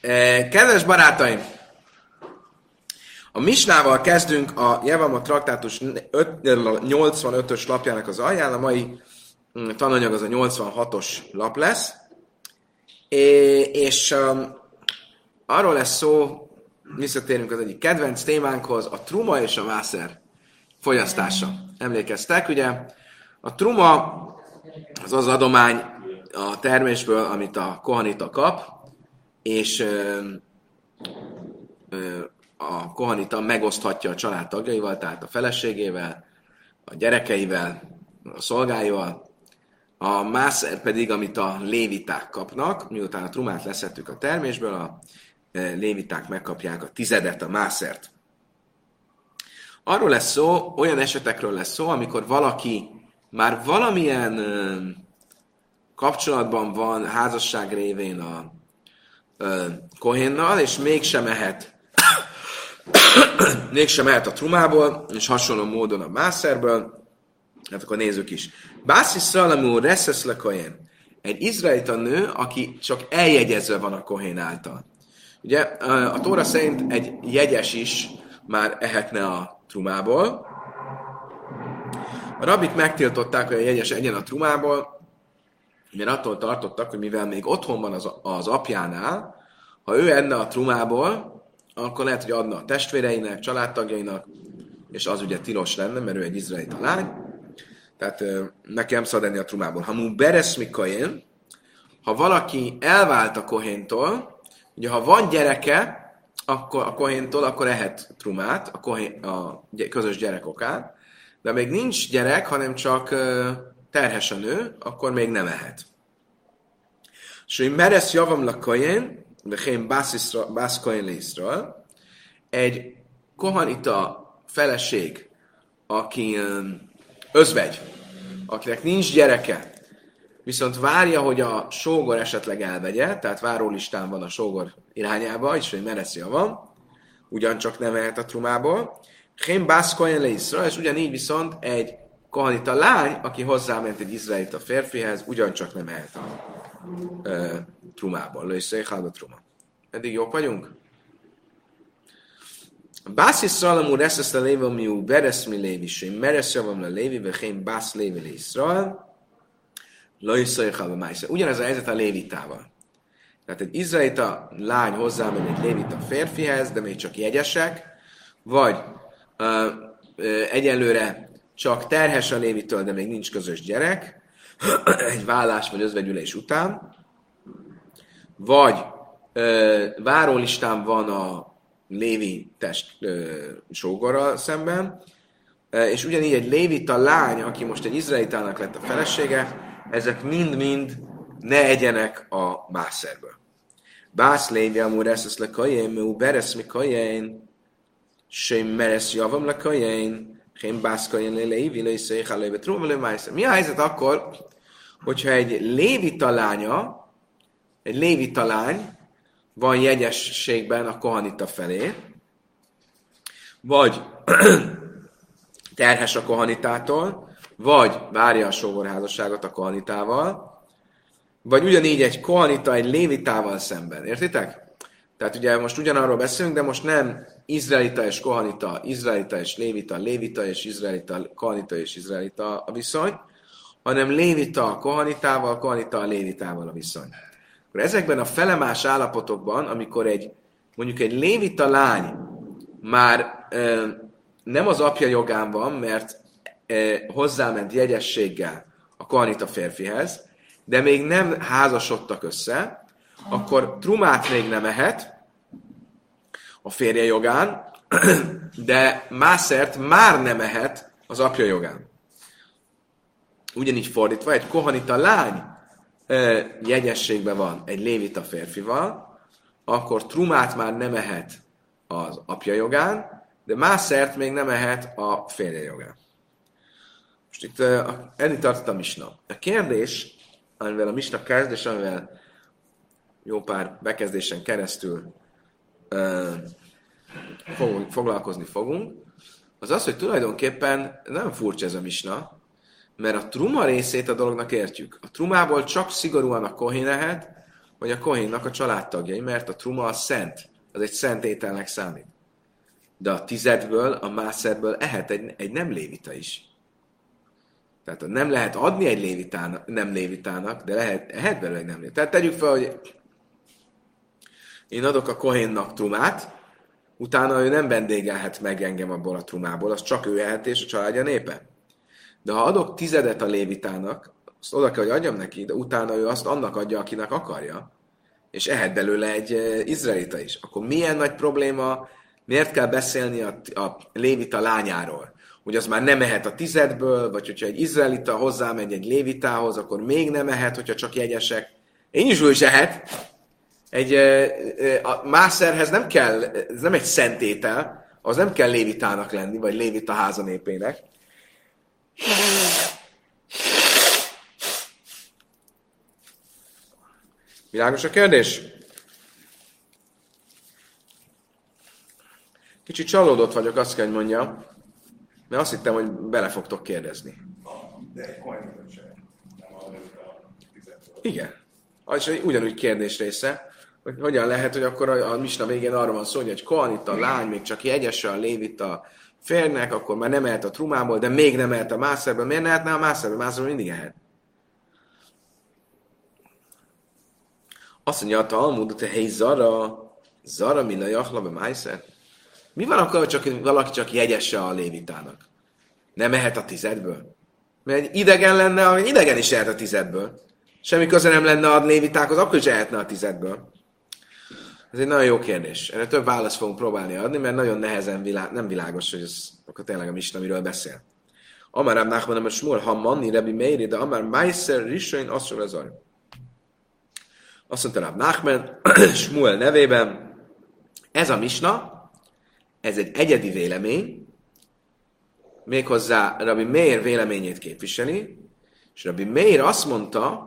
Kedves barátaim! A Misnával kezdünk a Jevamot traktátus 85-ös lapjának az alján, a mai tananyag az a 86-os lap lesz, és arról lesz szó, visszatérünk az egyik kedvenc témánkhoz, a truma és a mászer fogyasztása. Emlékeztek, ugye? A truma az az adomány a termésből, amit a kohanita kap, és a kohanita megoszthatja a család tagjaival, tehát a feleségével, a gyerekeivel, a szolgáival. A mászer pedig, amit a léviták kapnak, miután a trumát leszettük a termésből, a léviták megkapják a tizedet, a mászert. Arról lesz szó, olyan esetekről lesz szó, amikor valaki már valamilyen kapcsolatban van házasság révén a kohénnal, és mégsem mehet a trumából, és hasonló módon a mászerből. Hát akkor nézzük is. Bászi szalamú reszesz le kohén. Egy izraelita nő, aki csak eljegyezve van a kohén által. Ugye a Tóra szerint egy jegyes is már ehetne a trumából. A rabbik megtiltották, hogy a jegyes egyen a trumából, mert attól tartottak, hogy mivel még otthon van az apjánál, ha ő enne a trumából, akkor lehet, hogy adna a testvéreinek, családtagjainak, és az ugye tilos lenne, mert ő egy izraelita lány. Tehát neki nem szabad enni a trumából. Ha mu bereszmi kohén, ha valaki elvált a kohéntól, ugye ha van gyereke akkor a kohéntól, akkor ehet trumát, a közös gyerek okán, de még nincs gyerek, hanem csak terhes a nő, akkor még nem ehet. És hogy meresz javam la kohén, de hén bász kohén lészről, egy kohanita feleség, aki özvegy, akinek nincs gyereke, viszont várja, hogy a sógor esetleg elvegye, tehát várólistán van a sógor irányába, és hogy mereszja van, ugyancsak nem ehet a trumából. Hén bász kohén lészről, és ugyanígy viszont egy kohanita lány, aki hozzáment egy izraelita férfihez, ugyancsak nem ehet a trumából. Lőszéjhálba truma. Eddig jók vagyunk? Bászi szalamú reszesz le lévi, miú bereszmi lévi, és meresz javam le lévi, vagy hén bász lévi le Iszrael, lőszéjhálba májszer. Ugyanez a helyzet a lévitával. Tehát egy izraelita lány hozzámen egy lévita férfihez, de még csak jegyesek, vagy egyelőre csak terhes a lévitől, de még nincs közös gyerek, egy vállás vagy özvegyülés után, vagy várólistán van a lévi test sógorral szemben, és ugyanígy egy lévita lány, aki most egy izraelitának lett a felesége, ezek mind-mind ne egyenek a mászerből. Bász lévi amúr eszesz le kajén, mű beresz mi kajén, sem meresz javam le kajén, hén bász kajén le lévi, le iszéjhá léve trúva le májszer. Mi a helyzet akkor, hogyha egy lévita lány van jegyességben a kohanita felé, vagy terhes a kohanitától, vagy várja a sógorházasságot a kohanitával, vagy ugyanígy egy kohanita egy lévitával szemben. Értitek? Tehát ugye most ugyanarról beszélünk, de most nem izraelita és kohanita, izraelita és lévita, lévita és izraelita, kohanita és izraelita a viszony, hanem lévita a kohanitával, kohanita a lévitával a viszony. Akkor ezekben a felemás állapotokban, amikor mondjuk egy lévita lány már nem az apja jogán van, mert hozzáment jegyességgel a kohanita férfihez, de még nem házasodtak össze, akkor trumát még nem ehet a férje jogán, de mászert már nem ehet az apja jogán. Ugyanígy fordítva, egy kohanita lány jegyességben van egy lévita férfival, akkor trumát már nem ehet az apja jogán, de mászert még nem ehet a férje jogán. Most itt ennyit tartott a misna. A kérdés, amivel a misna kezd, és amivel jó pár bekezdésen keresztül foglalkozni fogunk, az az, hogy tulajdonképpen nem furcsa ez a misna, mert a truma részét a dolognak értjük. A trumából csak szigorúan a kohén ehet, vagy a kohénnak a családtagjai, mert a truma az szent, az egy szent ételnek számít. De a tizedből, a mászerből ehet egy nem lévita is. Tehát nem lehet adni egy nem lévitának, de ehet belőle egy nem lévita. Tehát tegyük fel, hogy én adok a kohénnak trumát, utána ő nem vendégelhet meg engem abból a trumából, az csak ő ehet és a családja népe. De ha adok tizedet a lévitának, azt oda kell, hogy adjam neki, de utána ő azt annak adja, akinek akarja, és ehet belőle egy izraelita is. Akkor milyen nagy probléma, miért kell beszélni a lévita lányáról? Hogy az már nem ehet a tizedből, vagy hogyha egy izraelita hozzámegy egy lévitához, akkor még nem ehet, hogyha csak jegyesek. Én is ehet. A mászerhez nem kell, ez nem egy szentétel, az nem kell lévitának lenni, vagy lévita házanépének. Világos a kérdés? Kicsit csalódott vagyok, azt kell, hogy mondjam, mert azt hittem, hogy bele fogtok kérdezni. De egy kohénnak sem. Nem a tizedből. Igen. Az is ugyanúgy kérdés része, hogy hogyan lehet, hogy akkor a misna végén arra van szó, hogy egy kohanita lány még csak jegyesse a lévita férnek, akkor már nem ehet a trumából, de még nem ehet a mászerből. Miért ne ehetne a mászerből? Mászerből mindig ehet. Azt mondja, a Talmud, hogy hely Zara mina jachla be májszer. Mi van akkor, hogy valaki csak jegyesse a lévitának? Nem ehet a tizedből? Mert egy idegen lenne, ami idegen is ehet a tizedből. Semmi köze nem lenne a lévitákhoz, akkor is ehetne a tizedből. Ez egy nagyon jó kérdés. Erre több választ fogunk próbálni adni, mert nagyon nehezen nem világos, hogy ez akkor tényleg a misna miről beszél. Amár Rab Nachman, Shmuel, Hammanni, Rebbi Meiri, de Amár Májszer, Rishain, Aszról Azar. Azt mondta Rab Nachman, Shmuel nevében, ez a misna, ez egy egyedi vélemény, méghozzá Rabbi Meir véleményét képviseli, és Rabbi Meir azt mondta,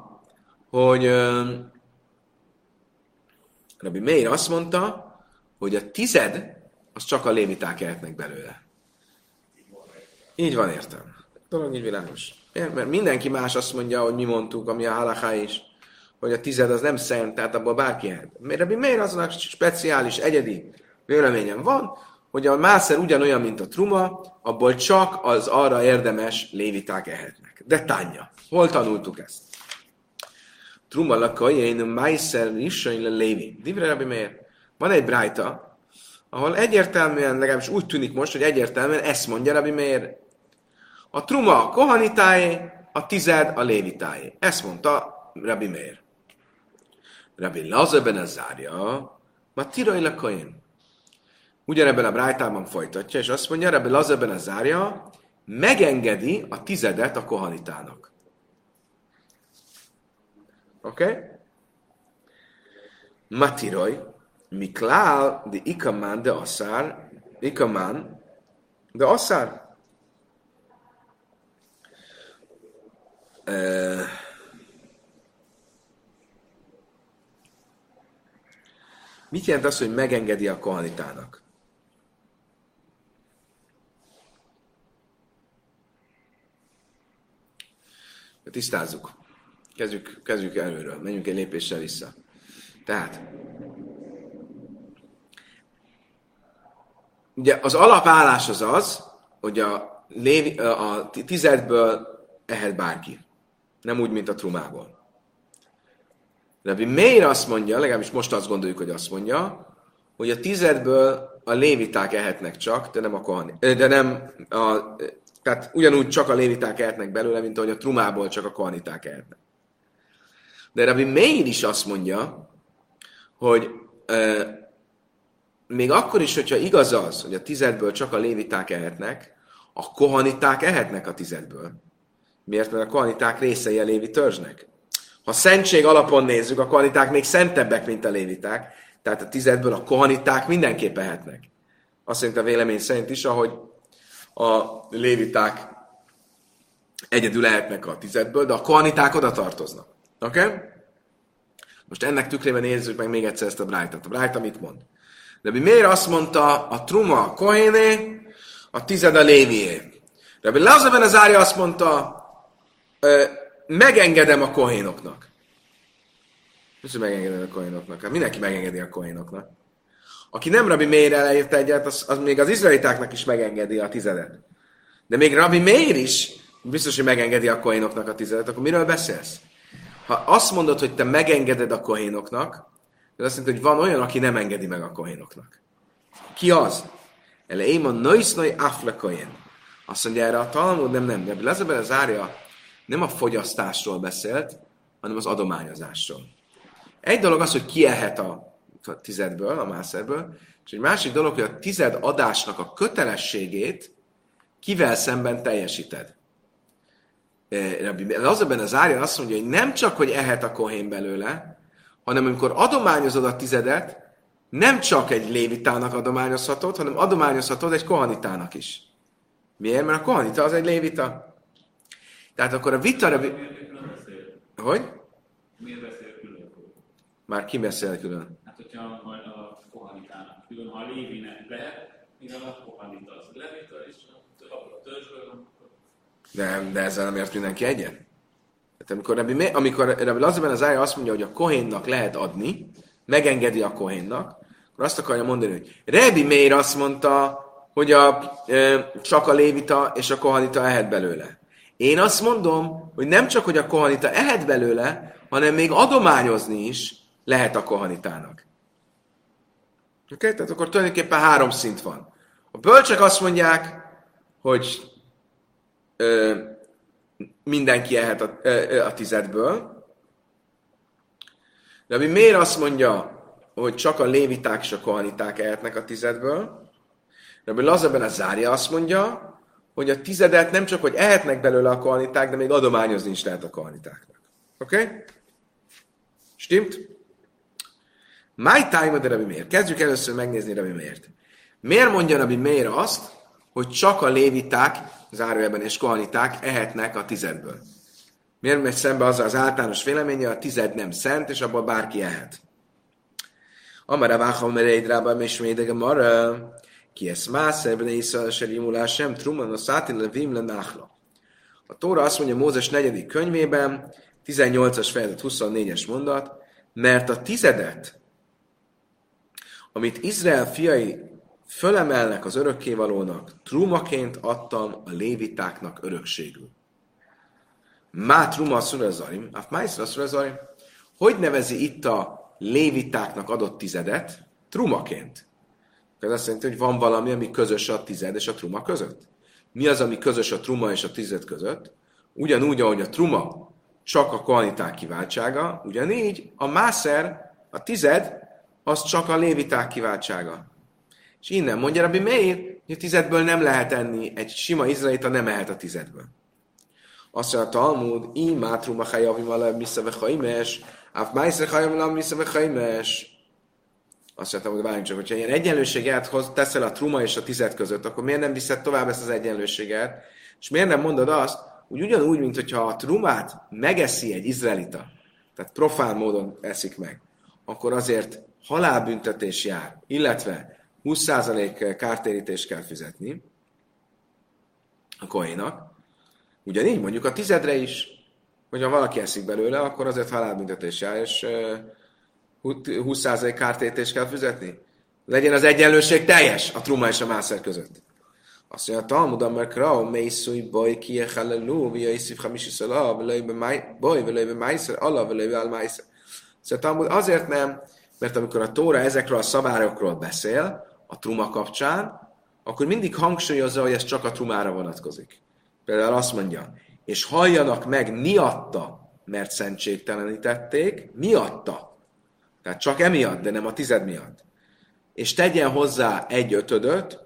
hogy a tized, az csak a léviták ehetnek belőle. Így van értelme. Dolog így világos. Mert mindenki más azt mondja, hogy mi mondtuk, ami a halaká is, hogy a tized az nem szent, tehát abból bárki ehet. Rabbi Meir azonnak speciális, egyedi véleményem van, hogy a mászer ugyanolyan, mint a truma, abból csak az arra érdemes léviták ehetnek. De tánja. Hol tanultuk ezt? Truma lakajén májszer issain le lévi. Divre Rabbi Meir. Van egy brájta, ahol egyértelműen, legalábbis úgy tűnik most, hogy egyértelműen ezt mondja Rabbi Meir. A truma a kohanitáé, a tized a lévitáé. Ezt mondta Rabbi Meir. Rabbi Lazar ben Azárja, ma tirai lakajén. Ugyanebben a brájtában folytatja, és azt mondja, Rabbi Lazar ben Azárja megengedi a tizedet a kohanitának. Oké? Okay? Matiroj, miklál, de ikaman, de asszár, ikaman, de asszár. Mit jelent az, hogy megengedi a kohanitának? Tisztázzuk. Kezdjük előről. Menjünk egy lépéssel vissza. Tehát, ugye az alapállás az, hogy a tizedből ehet bárki. Nem úgy, mint a trumából. Rabbi Meir azt mondja, legalábbis most azt gondoljuk, hogy azt mondja, hogy a tizedből a léviták ehetnek csak, de nem a tehát ugyanúgy csak a léviták ehetnek belőle, mint ahogy a trumából csak a kohaniták ehetnek. De Rabbi Meir is azt mondja, hogy még akkor is, hogyha igaz az, hogy a tizedből csak a léviták ehetnek, a kohaniták ehetnek a tizedből. Miért? Mert a kohaniták részei a lévi törzsnek. Ha szentség alapon nézzük, a kohaniták még szentebbek, mint a léviták, tehát a tizedből a kohaniták mindenképp ehetnek. Azt szerint a vélemény szerint is, ahogy a léviták egyedül ehetnek a tizedből, de a kohaniták oda tartoznak. Oké? Okay? Most ennek tükrében nézzük meg még egyszer ezt a brájtát. A brájta mit mond? Rabbi Meir azt mondta, a truma a kohéné, a tized a lévié. Rabbi Lazar ben Azárja azt mondta, megengedem a kohénoknak. Biztos, hogy megengeded a kohénoknak. Hát mindenki megengedi a kohénoknak. Aki nem Rabbi Meirrel ért egyet, az még az izraelitáknak is megengedi a tizedet. De még Rabbi Meir is biztos, hogy megengedi a kohénoknak a tizedet. Akkor miről beszélsz? Ha azt mondod, hogy te megengeded a kohénoknak, az azt jelenti, hogy van olyan, aki nem engedi meg a kohénoknak. Ki az? Ele éma noisznoi afle kohén. Azt mondja erre a Talmud, nem. De Lezebel az árja nem a fogyasztásról beszélt, hanem az adományozásról. Egy dolog az, hogy ki ehet a tizedből, a mászerből, és egy másik dolog, hogy a tized adásnak a kötelességét kivel szemben teljesíted. Az ebben az árja azt mondja, hogy nem csak, hogy ehet a kohén belőle, hanem amikor adományozod a tizedet, nem csak egy lévitának adományozhatod, hanem adományozhatod egy kohanitának is. Miért? Mert a kohanita az egy lévita. Tehát akkor a vita... Hogy? Miért beszél külön? Már ki beszél külön? Hát, hogyha a kohanitának külön, ha a lévinek lehet, mivel a kohanita az levita, és a törzsből, De ezzel nem ért mindenki egyet. Tehát amikor Rabbi Lazarben az ája azt mondja, hogy a kohénnak lehet adni, megengedi a kohénnak, akkor azt akarja mondani, hogy Rabbi Meir azt mondta, hogy csak a lévita és a kohanita ehet belőle. Én azt mondom, hogy nem csak, hogy a kohanita ehet belőle, hanem még adományozni is lehet a kohanitának. Oké? Tehát akkor tulajdonképpen 3 szint van. A bölcsek azt mondják, hogy mindenki ehet a tizedből. Rabbi Meir azt mondja, hogy csak a léviták és a kohaniták ehetnek a tizedből. Rabbi Lazarben a zárja azt mondja, hogy a tizedet nem csak, hogy ehetnek belőle a kohaniták, de még adományozni is lehet a kohanitáknak. Oké? Okay? Stimmt? My time de Rabbi Meir. Kezdjük először megnézni Rabbi Meirt. Miért mondja Rabbi Meir azt, hogy csak a léviták, zárójelben és kohaniták ehetnek a tizedből? Miért megy szembe azzal az általános véleménye, a tized nem szent, és abból bárki ehet? Amara váha mereidrában és médege mara, ki ezt mászerben észre se rimulás sem, truman a szátin levim le náhla. A Tóra azt mondja Mózes 4. könyvében, 18-as fejezet 24-es mondat, mert a tizedet, amit Izrael fiai fölemelnek az örökkévalónak, trumaként adtam a lévitáknak örökségül. Má truma szurazarim, májszra szurazarim, hogy nevezi itt a lévitáknak adott tizedet? Trumaként. Ez azt jelenti, hogy van valami, ami közös a tized és a truma között. Mi az, ami közös a truma és a tized között? Ugyanúgy, ahogy a truma csak a kohaniták kiváltsága, ugyanígy a mászer, a tized, az csak a léviták kiváltsága. És innen mondja Rabbi Meir, hogy a tizedből nem lehet enni, egy sima izraelita nem ehet a tizedből. Azt mondja a Talmud, imá truma hajavim alá miszave hajmes, áf májszer hajavim alá miszave hajmes. Azt mondtam, hogy várjunk csak, hogyha ilyen egyenlőséget teszel a truma és a tized között, akkor miért nem viszed tovább ezt az egyenlőséget? És miért nem mondod azt, hogy ugyanúgy, mint hogyha a trumát megeszi egy izraelita, tehát profán módon eszik meg, akkor azért halálbüntetés jár, illetve 20% kártérítést kell fizetni a kohénak. Ugyanígy mondjuk a tizedre is, hogyha valaki eszik belőle, akkor azért halálbüntetés jár, és 20% kártérítést kell fizetni. Legyen az egyenlőség teljes a truma és a mászer között. Azt mondja, a Talmud Amarkrao, Mészúj, Boj, Kiechalelú, Via Iszif Hamisis Alá, Boj, Velőbe Májszer, Alá, Velőbe Al Májszer. Szóval Talmud azért nem, mert amikor a Tóra ezekről a szabályokról beszél, a truma kapcsán, akkor mindig hangsúlyozza, hogy ez csak a trumára vonatkozik. Például azt mondja, és halljanak meg miatta, mert szentségtelenítették, miatta. Tehát csak emiatt, de nem a tized miatt. És tegyen hozzá 1/5,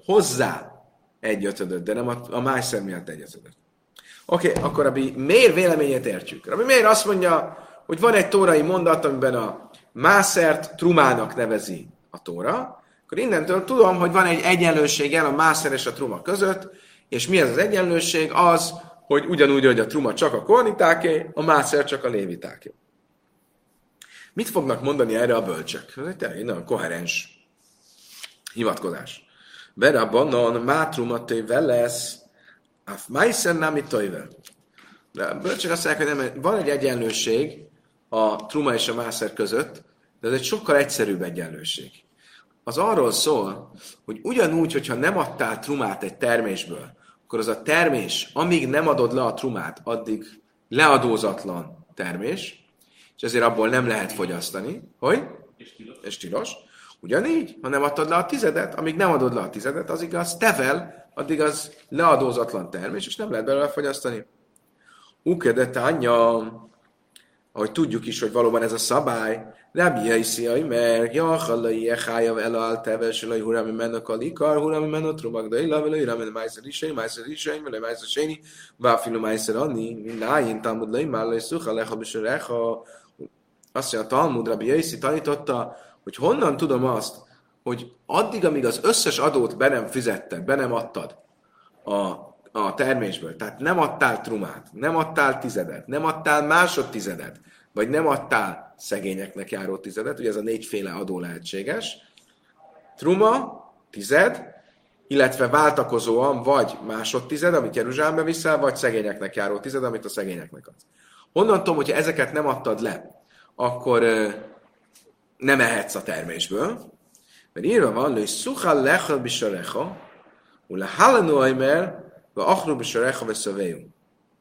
de nem a májszer miatt 1/5. Oké, akkor Rabbi Meir véleményét értjük. Rabbi Meir azt mondja, hogy van egy tórai mondat, amiben a mászert trumának nevezi a Tóra, akkor innentől tudom, hogy van egy egyenlőség a mászer és a truma között, és mi ez az egyenlőség? Az, hogy ugyanúgy, hogy a truma csak a kohanitáké, a mászer csak a lévitáké. Mit fognak mondani erre a bölcsek? Ez egy tényleg nagyon koherens hivatkozás. Berabbanon mátruma töjvel lesz, af májszer námi töjvel. De a bölcsek azt mondják, hogy nem, van egy egyenlőség a truma és a mászer között, de ez egy sokkal egyszerűbb egyenlőség. Az arról szól, hogy ugyanúgy, hogyha nem adtál trumát egy termésből, akkor az a termés, amíg nem adod le a trumát, addig leadózatlan termés, és ezért abból nem lehet fogyasztani. Hogy? És tilos. Ugyanígy, ha nem adtad le a tizedet, amíg nem adod le a tizedet, az igaz, tevel, addig az leadózatlan termés, és nem lehet belőle fogyasztani. Ukedett anyja, ahogy tudjuk is, hogy valóban ez a szabály, Rabbi Jaisziai, mert jachallai echájav elal teves, elai hurami mennek a likar, hurami mennek trubak, de illa, vele hurami májszer isei, vele májszer séni, váfilu májszer anni, mindájén talmud lai, már lai szucha, lecha besörecha. Azt mondja, a Talmud Rabbi Jaiszi tanította, hogy honnan tudom azt, hogy addig, amíg az összes adót be nem fizetted, be nem adtad a termésből, tehát nem adtál trumát, nem adtál tizedet, nem adtál másodtizedet, vagy nem adtál szegényeknek járó tizedet, ugye ez a 4 adó lehetséges, truma, tized, illetve váltakozóan vagy másodtized, amit Jeruzsálembe viszel, vagy szegényeknek járó tized, amit a szegényeknek adsz. Honnan tudom, hogyha ezeket nem adtad le, akkor nem ehetsz a termésből, mert írva van, hogy szuchal lechel bisarecha, ula halanu aimer, va achru bisarecha veszövéjum.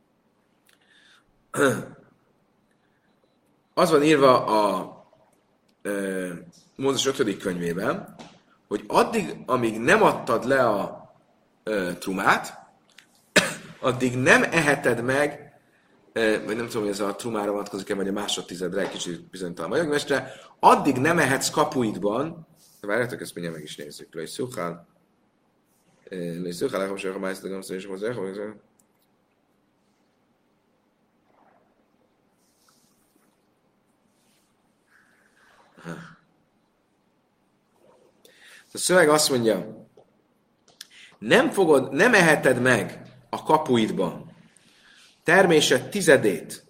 Az van írva a Mózes 5. könyvében, hogy addig, amíg nem adtad le a trumát, addig nem eheted meg, vagy nem tudom, hogy ez a trumára vonatkozik-e, vagy a másodtizedre, egy kicsit bizonytalan vagyok, mestre, addig nem ehetsz kapuidban, várjátok, ezt mindjárt meg is nézzük, le is szuchál, elhomsák a májszat, és hozzá, a szöveg azt mondja, nem eheted meg a kapuidban termésed tizedét,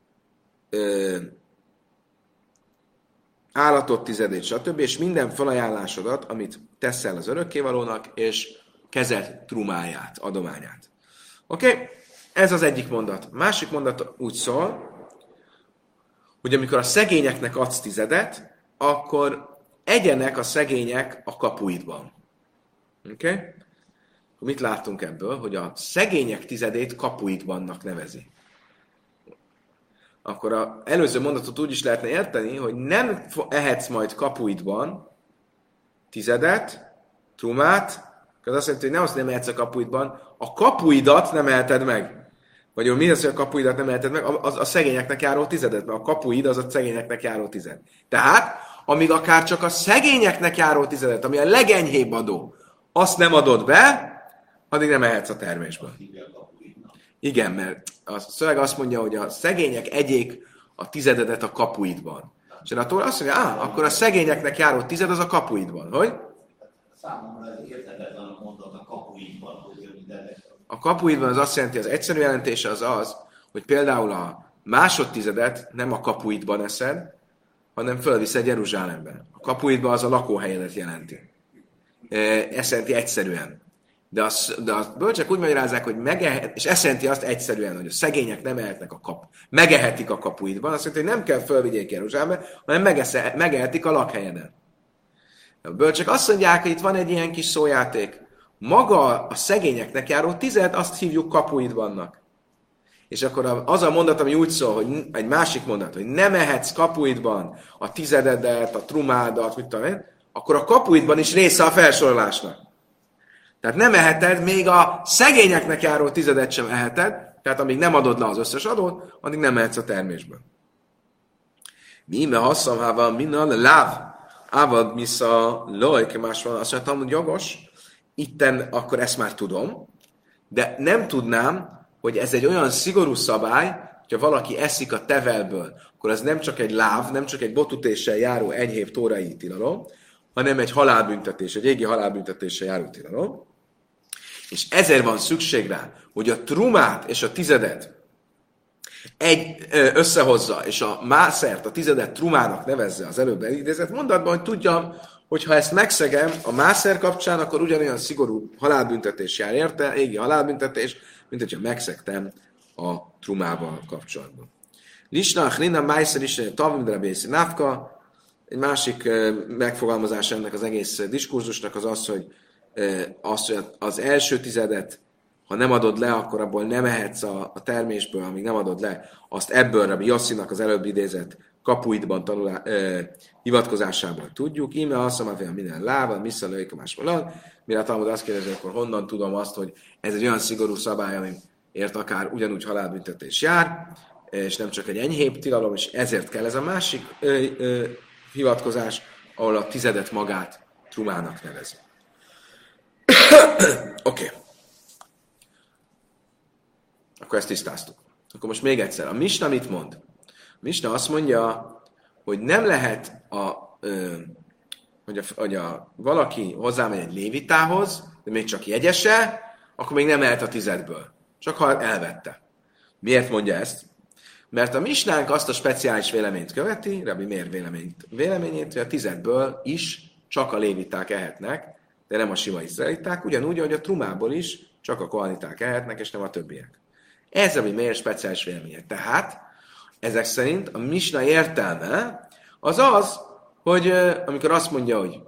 állatot tizedét, stb. És minden felajánlásodat, amit teszel az örökkévalónak, és kezed trumáját, adományát. Oké? Ez az egyik mondat. Másik mondat úgy szól, hogy amikor a szegényeknek adsz tizedet, akkor egyenek a szegények a kapuidban. Oké? Mit látunk ebből? Hogy a szegények tizedét kapuidbannak nevezi. Akkor az előző mondatot úgy is lehetne érteni, hogy nem ehetsz majd kapuidban tizedet, trumát, az azt jelenti, hogy nem azt nem ehetsz a kapuidban, a kapuidat nem eheted meg. Vagy mi az, hogy a kapuidat nem eheted meg? A szegényeknek járó tizedet, mert a kapuid az a szegényeknek járó tized. Tehát, amíg akár csak a szegényeknek járó tizedet, ami a legenyhébb adó, azt nem adod be, addig nem ehetsz a termésből. Igen, mert a szöveg azt mondja, hogy a szegények egyék a tizededet a kapuidban. És a Tóra azt mondja, akkor a szegényeknek járó tized az a kapuidban, hogy? Számomra ez érthetetlen a mondat a kapuidban, hogy jön ide. A kapuidban az azt jelenti, az egyszerű jelentése az, hogy például a másodtizedet nem a kapuidban eszed, hanem fölviszed Jeruzsálembe. A kapuidban az a lakóhelyedet jelenti. Ezt jelenti egyszerűen. De a bölcsek úgy magyarázzák, hogy megehet, és ezt jelenti azt egyszerűen, hogy a szegények nem ehetnek megehetik a kapuidban, azt jelenti, hogy nem kell fölvigyék Jeruzsálembe, hanem megehetik a lakhelyeden. A bölcsek azt mondják, hogy itt van egy ilyen kis szójáték. Maga a szegényeknek járó tized, azt hívjuk kapuidbannak. És akkor az a mondat, ami úgy szól, hogy egy másik mondat, hogy nem ehetsz kapuidban a tizededet, a trumádat, mit tudom én, akkor a kapuidban is része a felsorolásnak. Tehát nem eheted, még a szegényeknek járó tizedet sem eheted, tehát amíg nem adod le az összes adót, addig nem ehetsz a termésből. Míme hasszamhában minden láv, ávad misza lojke, más van, azt mondtam, hogy jogos, itten akkor ezt már tudom, de nem tudnám, hogy ez egy olyan szigorú szabály, hogyha valaki eszik a tevelből, akkor az nem csak egy láv, nem csak egy botütéssel járó enyhébb tórai tilalom, hanem egy halálbüntetés, egy égi halálbüntetéssel járó tilalom. És ezért van szükség rá, hogy a trumát és a tizedet összehozza, és a mászert, a tizedet trumának nevezze az előbb elidézett mondatban, hogy tudjam, hogy ha ezt megszegem a mászer kapcsán, akkor ugyanolyan szigorú halálbüntetés jár érte, égi halálbüntetés, mint hogyha megszegtem a trumával kapcsolatban. Lisnach, Lina, Májszer is, Tavimdra, Bészi, Návka. Egy másik megfogalmazás ennek az egész diskurzusnak az, hogy az első tizedet, ha nem adod le, akkor abból nem ehetsz a termésből, amíg nem adod le, azt ebből Rabbi Yossinak az előbb idézett kapuidban hivatkozásából tudjuk. Íme azt mondja, minden lába, vissza lőjük a másból. Mire a Talmud azt kérdezi, akkor honnan tudom azt, hogy ez egy olyan szigorú szabály, amiért akár ugyanúgy halálbüntetés jár, és nem csak egy enyhébb tilalom, és ezért kell ez a másik hivatkozás, ahol a tizedet magát trumának nevezi. Oké. Akkor ezt tisztáztuk. Akkor most még egyszer. A Misna mit mond? A Misna azt mondja, hogy nem lehet, hogy valaki hozzámegy egy lévitához, de még csak jegyese, akkor még nem lehet a tizedből. Csak ha elvette. Miért mondja ezt? Mert a Misnánk azt a speciális véleményt követi, Rabbi Meir véleményét, hogy a tizedből is csak a léviták ehetnek, de nem a sima izraeliták, ugyanúgy, hogy a trumából is csak a koaniták ehetnek, és nem a többiek. Ez Rabbi Meir speciális véleménye. Tehát ezek szerint a Misna értelme az, hogy amikor azt mondja, hogy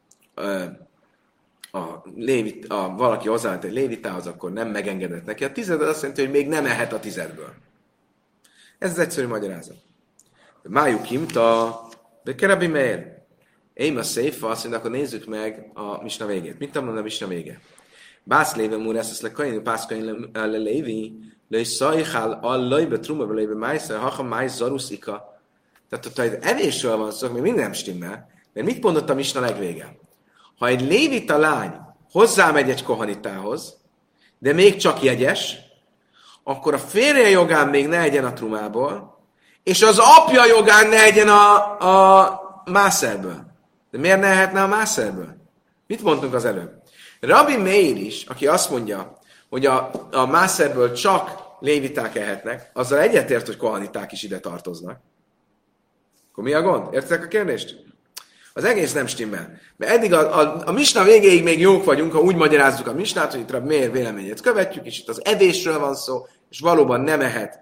valaki hozzáment egy lévitához, akkor nem megengedett neki a tizedet, azt jelenti, hogy még nem ehet a tizedből. Ez az egyszerű magyarázat. Májuk kimta, de Rabbi Meir. Én a széfa, azt mondja, akkor nézzük meg a Misna végét. Mit tanul a Misna vége? Bász léve múr ezt le kaini, pászkain le lévi, le szajhál allaj be truma be léve májszer, haha májsz zaruszika. Tehát ha egy evésről van szó, még minden nem stimmel, mert mit mondott a Misna legvége? Ha egy lévita lány hozzámegy egy kohanitához, de még csak jegyes, akkor a férje jogán még ne egyen a trumából, és az apja jogán ne egyen a mászerből. De miért ne ehetne a mászerből? Mit mondtunk az előbb? Rabbi Meir is, aki azt mondja, hogy a mászerből csak léviták ehetnek, azzal egyetért, hogy kohaniták is ide tartoznak. Akkor mi a gond? Értitek a kérdést? Az egész nem stimmel. Mert eddig a Misna végéig még jók vagyunk, ha úgy magyarázzuk a Misnát, hogy itt Rabbi Meir véleményét követjük, és itt az evésről van szó, és valóban nem ehet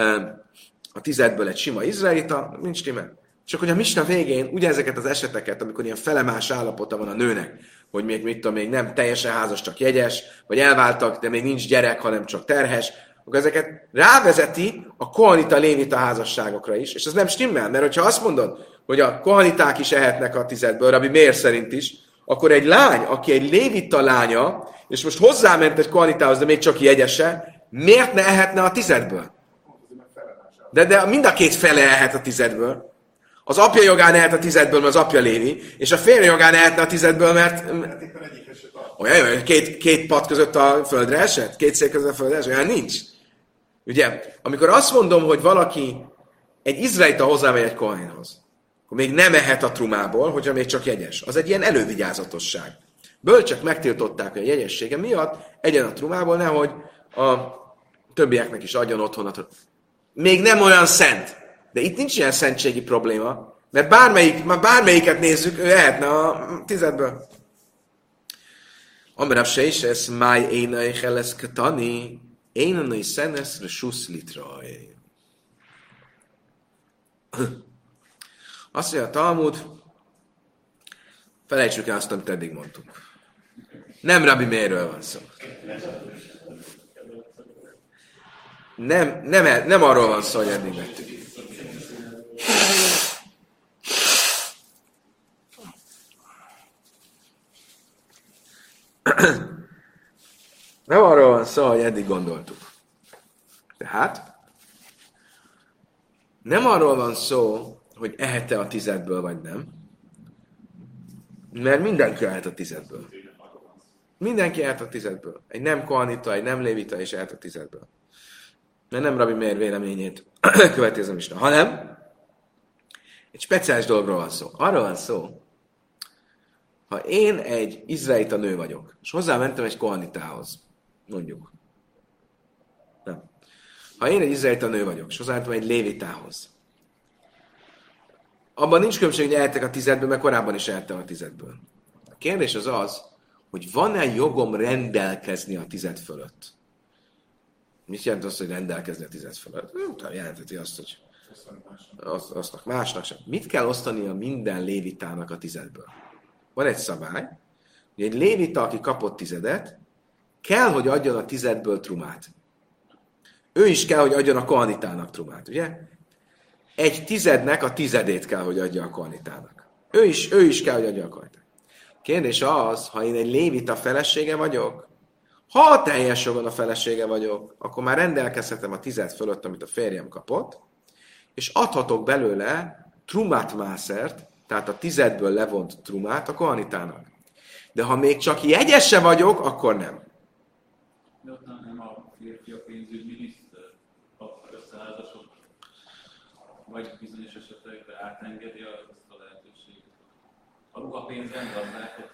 a tizedből egy sima izraelita, nincs stimmel. Csak hogy a Misna végén ugyanezeket az eseteket, amikor ilyen felemás állapota van a nőnek, hogy még nem teljesen házas, csak jegyes, vagy elváltak, de még nincs gyerek, hanem csak terhes, akkor ezeket rávezeti a kohanita-lévita házasságokra is, és ez nem stimmel, mert hogyha azt mondod, hogy a kohaniták is ehetnek a tizedből, Rabbi Meir szerint is, akkor egy lány, aki egy lévita lánya, és most hozzáment egy kohanitához, de még csak jegyese, miért ne ehetne a tizedből? De mind a két fele ehet a tizedből. Az apja jogán ehet a tizedből, mert az apja lévi, és a férje jogán ehetne a tizedből, mert olyan, hogy két pad között a földre esett? Két szék között a földre esett? Olyan nincs. Ugye, amikor azt mondom, hogy valaki egy izraelita hozzámegy egy kohenhoz, akkor még nem ehet a trumából, hogyha még csak jegyes. Az egy ilyen elővigyázatosság. Bölcsek megtiltották, hogy a jegyessége miatt egyen a trumából, nehogy a többieknek is adjon otthonat. Még nem olyan szent. De itt nincs ilyen szentségi probléma, mert bármelyiket nézzük, ő ehetne a tizedből. Amarabb se is ez, máj énai helesz katani, énanai szenesz resusz litraj. Azt mondja a Talmud, felejtsük el azt, amit eddig mondtunk. Nem Rabbi Meirről van szó. Nem arról van szó, hogy eddig vettük. Nem arról van szó, hogy eddig gondoltuk. Tehát nem arról van szó, hogy ehet-e a tizedből, vagy nem. Mert mindenki ehet a tizedből. Mindenki ehet a tizedből. Egy nem kohanita, egy nem lévita is ehet a tizedből. Mert nem Rabbi Meir véleményét követi ez a Misna, hanem egy speciális dologról van szó. Arról van szó, ha én egy izraelita nő vagyok, és hozzámentem egy kohanitához, mondjuk. Nem. Ha én egy izraelita nő vagyok, és hozzámentem egy lévitához, abban nincs különbség, hogy ehetek a tizedből, mert korábban is ehettem a tizedből. A kérdés az, hogy van-e jogom rendelkezni a tized fölött? Mit jelent az, hogy rendelkezni a tized fölött? Jelentheti azt, hogy Osztanak másnak sem. Mit kell osztania minden lévitának a 10-ből? Van egy szabály, hogy egy lévita, aki kapott 10, kell, hogy adjon a 10-ből trumát. Ő is kell, hogy adjon a kohanitának trumát, ugye? Egy 10-nek a 10-ét kell, hogy adja a kohanitának. Ő is kell, hogy adja a kohanitának. Kérdés az, ha én egy lévita felesége vagyok, ha teljes jogon a felesége vagyok, akkor már rendelkezhetem a 10 fölött, amit a férjem kapott, és adhatok belőle trumát mászert, tehát a 10-ből levont trumát a kohanitának. De ha még csak jegyese vagyok, akkor nem. De ott nem a férfi a pénzügyminiszter, a összeházasok, vagy bizonyos esetekben átengedi azt a lehetőséget. A ruhapénzben gazdálkodhat.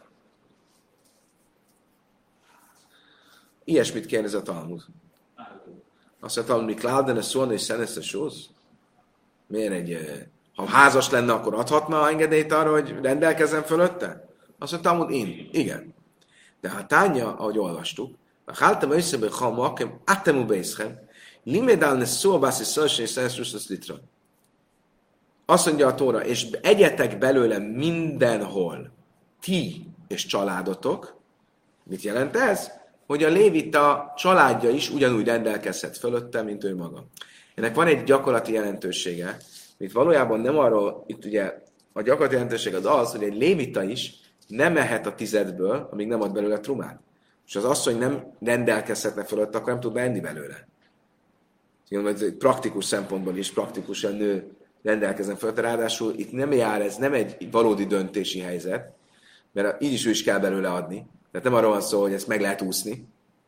Ilyesmit kérdez a Talmud. Azt mondja, Talmud, mi kládene szólna és szenesz a sóz? Miért ha házas lenne, akkor adhatna engedélyt arra, hogy rendelkezzen fölötte? Azt mondja, Talmud, én. Igen. De ha tánya, ahogy olvastuk, háltam összebe, ha makem, attemu beiszhem, limedálne szó, bászi szalsé, és szenesz litra. Azt mondja a Tóra, és egyetek belőle mindenhol, ti és családotok. Mit jelent ez? Hogy a lévita családja is ugyanúgy rendelkezhet fölötte, mint ő maga. Ennek van egy gyakorlati jelentősége, mint valójában nem arról, itt ugye a gyakorlati jelentőség az, hogy egy lévita is nem ehet a 10-ből, amíg nem ad belőle trumát. És az asszony nem rendelkezhetne fölött, akkor nem tudna enni belőle. Praktikus szempontból is praktikusan nő rendelkezzen fölött, ráadásul itt nem jár, ez nem egy valódi döntési helyzet, mert így is ő is kell belőle adni. Tehát nem arról van szó, hogy ezt meg lehet úszni.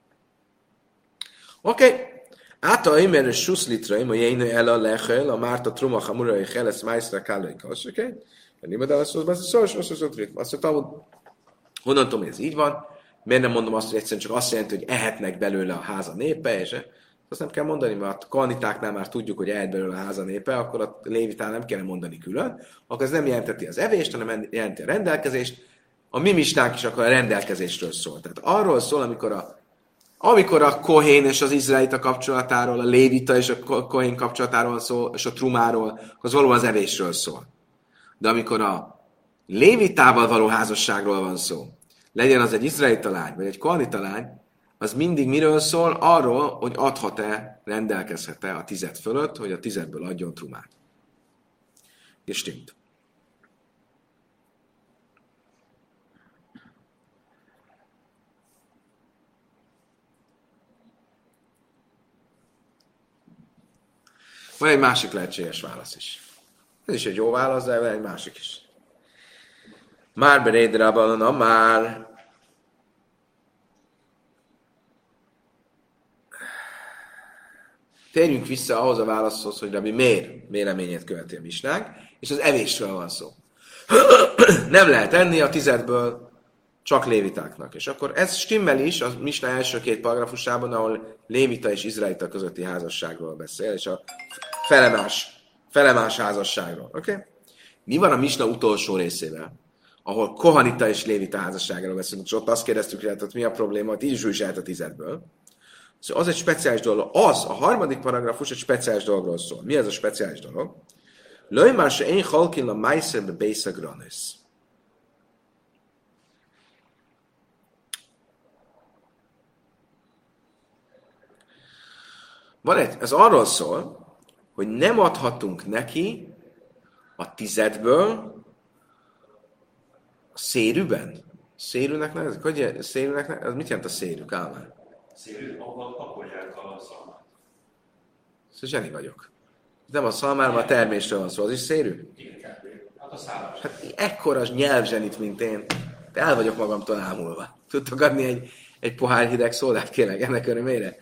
Oké. Áta imer susz litraim, a jénő el a lechel, a márta truma hamurai helesz májszra kállai kasz, oké? Libedál a azt mondtam, honnan tudom, hogy ez így van? Miért nem mondom azt, hogy egyszerűen csak azt jelenti, hogy ehetnek belőle a háza népe, és azt nem kell mondani, mert a kohanitáknál már tudjuk, hogy ehet belőle a háza népe, akkor a lévitán nem kell mondani külön, akkor ez nem jelenteti az evést, hanem jelenti a rendelkezést. A mi misnánk is akkor a rendelkezésről szól. Tehát arról szól, amikor a kohén és az izraelita kapcsolatáról, a lévita és a kohén kapcsolatáról szól, és a trumáról, az valóban az evésről szól. De amikor a lévitával való házasságról van szó, legyen az egy izraelita lány, vagy egy kohanita lány, az mindig miről szól? Arról, hogy adhat-e, rendelkezhet-e a 10 fölött, hogy a 10-ből adjon trumát. És stimmt. Van egy másik lehetséges válasz is. Ez is egy jó válasz, de van egy másik is. Már berédrában, már. Térjünk vissza ahhoz a válaszhoz, hogy Rabbi Meir véleményét követi a misnánk, és az evésről van szó. Nem lehet enni a 10-ből csak lévitáknak. És akkor ez stimmel is a misna első 2 paragrafusában, ahol lévita és izraelita közötti házasságról beszél, és a felemás házasságról. Okay? Mi van a misna utolsó részével, ahol kohanita és lévita házasságról beszélünk, és ott azt kérdeztük, hogy hát mi a probléma, hogy így is lehet a 10-ből. Szóval az egy speciális dolog. A harmadik paragrafus egy speciális dologról szól. Mi ez a speciális dolog? Lőjmár se én halkin a májszerbe bész a granész. Ez arról szól, hogy nem adhatunk neki a 10-ből a szérűben. Szérűnek nevezik? Hogy szérűnek? Ez mit jelent a szérű, Kálmán? Szérű, ahol pakolják a szalmát. Szóval zseni vagyok. Nem a szalmárban a termésről van szó, az is szérű? Igen, hát a szállás. Hát ekkora nyelvzsenit, mint én. De el vagyok magamtól ámulva. Tudtok adni egy pohár hideg szódát, kérlek, ennek örömére?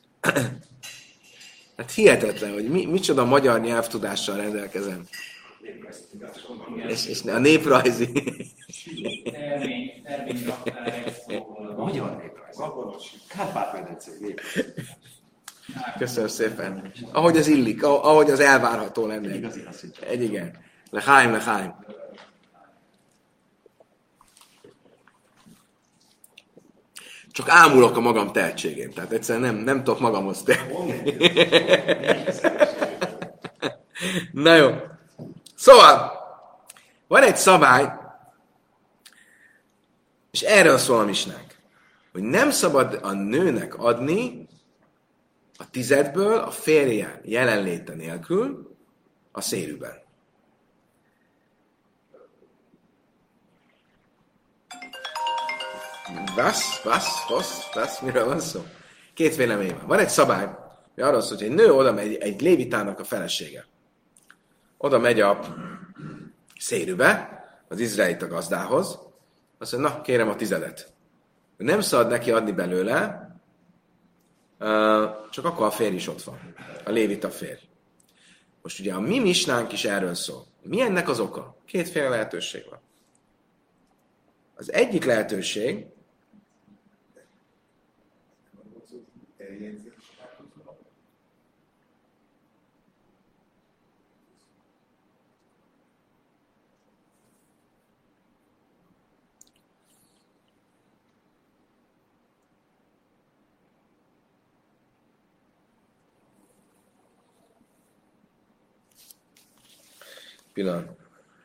Hát hihetetlen, hogy micsoda magyar nyelvtudással rendelkezem. És a néprajzi. Termény raktár egy szóval. Magyar néprajz. Kárpát-medence néprajz. Köszönöm szépen. Ahogy az illik, ahogy az elvárható lenne. Igen. Leháim. Csak ámulok a magam tehetségén. Tehát egyszerűen nem tudok magamhoz tenni. Na jó. Szóval, van egy szabály, és erről szól a misnánk, hogy nem szabad a nőnek adni a tizedből a férje jelenléte nélkül a szérűben. Miről van szó? Két vélemény van. Van egy szabály, hogy arról szól, hogy egy nő oda megy, egy lévitának a felesége. Oda megy a szérűbe, az izraelita gazdához, azt mondja, na, kérem a tizedet. Nem szabad neki adni belőle, csak akkor a férj is ott van. A lévita férj. Most ugye a mi misnánk is erről szól. Mi ennek az oka? Kétféle lehetőség van. Az egyik lehetőség, pillanat.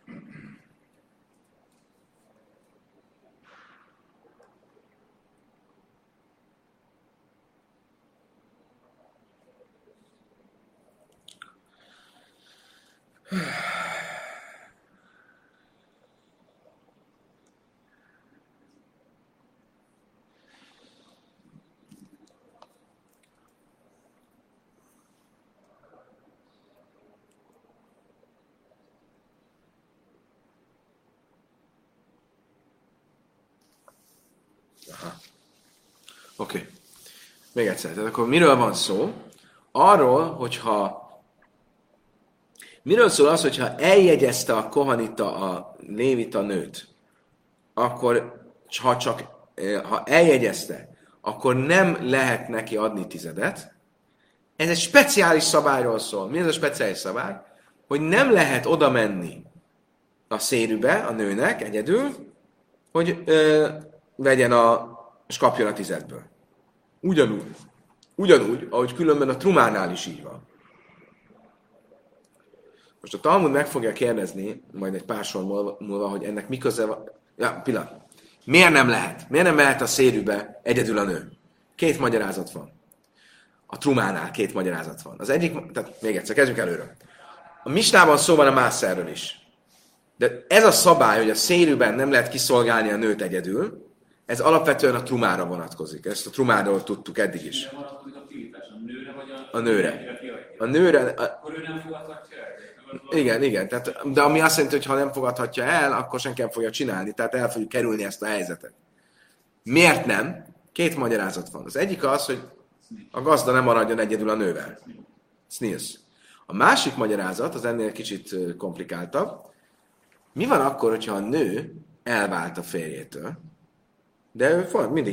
Oké. Még egyszer. Tehát akkor miről van szó? Arról, miről szól az, hogyha eljegyezte a kohanita a lévita nőt, akkor, ha eljegyezte, akkor nem lehet neki adni tizedet. Ez egy speciális szabályról szól. Mi ez a speciális szabály? Hogy nem lehet oda menni a szérűbe a nőnek egyedül, hogy vegyen és kapjon a tizedből. Ugyanúgy, ahogy különben a trumánál is így van. Most a Talmud meg fogja kérdezni, majd egy pár sor múlva, hogy ennek mi köze van. Ja, pillanat. Miért nem lehet? Miért nem mehet a szérűbe egyedül a nő? Két magyarázat van. A trumánál két magyarázat van. Az egyik, tehát még egyszer, kezdjük előről. A misnában szó van a mászerről is. De ez a szabály, hogy a szérűben nem lehet kiszolgálni a nőt egyedül, ez alapvetően a trumára vonatkozik. Ezt a trumáról tudtuk eddig is. Mire vonatkozik a tiltás? A nőre vagy a nőre? A nőre. Akkor ő nem fogadhatja el? Igen. Tehát, de ami azt jelenti, hogy ha nem fogadhatja el, akkor senki nem fogja csinálni. Tehát el fogjuk kerülni ezt a helyzetet. Miért nem? Két magyarázat van. Az egyik az, hogy a gazda nem maradjon egyedül a nővel. Snils. A másik magyarázat, az ennél kicsit komplikáltabb. Mi van akkor, hogyha a nő elvált a férjétől, de ő mindig